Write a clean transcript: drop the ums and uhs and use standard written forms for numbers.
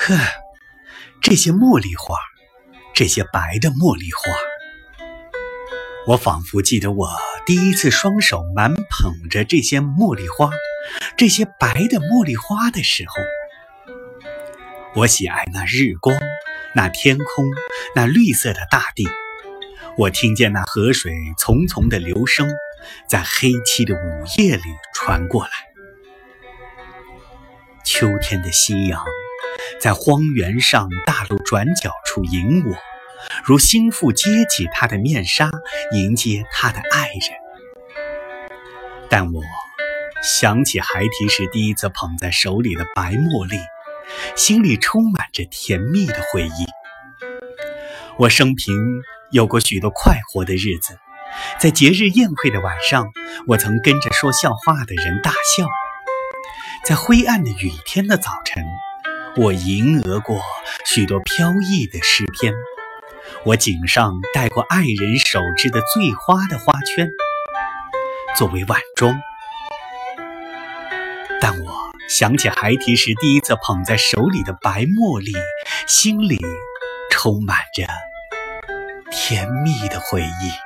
呵，这些茉莉花，这些白的茉莉花，我仿佛记得我第一次双手满捧着这些茉莉花，这些白的茉莉花的时候。我喜爱那日光，那天空，那绿色的大地。我听见那河水淙淙的流声，在黑漆的午夜里传过来。秋天的夕阳在荒原上大路转角处迎我，如心腹揭起他的面纱，迎接他的爱人。但我想起孩提时第一次捧在手里的白茉莉，心里充满着甜蜜的回忆。我生平有过许多快活的日子，在节日宴会的晚上，我曾跟着说笑话的人大笑。在灰暗的雨天的早晨，我吟额过许多飘逸的诗篇。我颈上戴过爱人手织的醉花的花圈，作为晚妆。但我想起孩提时第一次捧在手里的白茉莉，心里充满着甜蜜的回忆。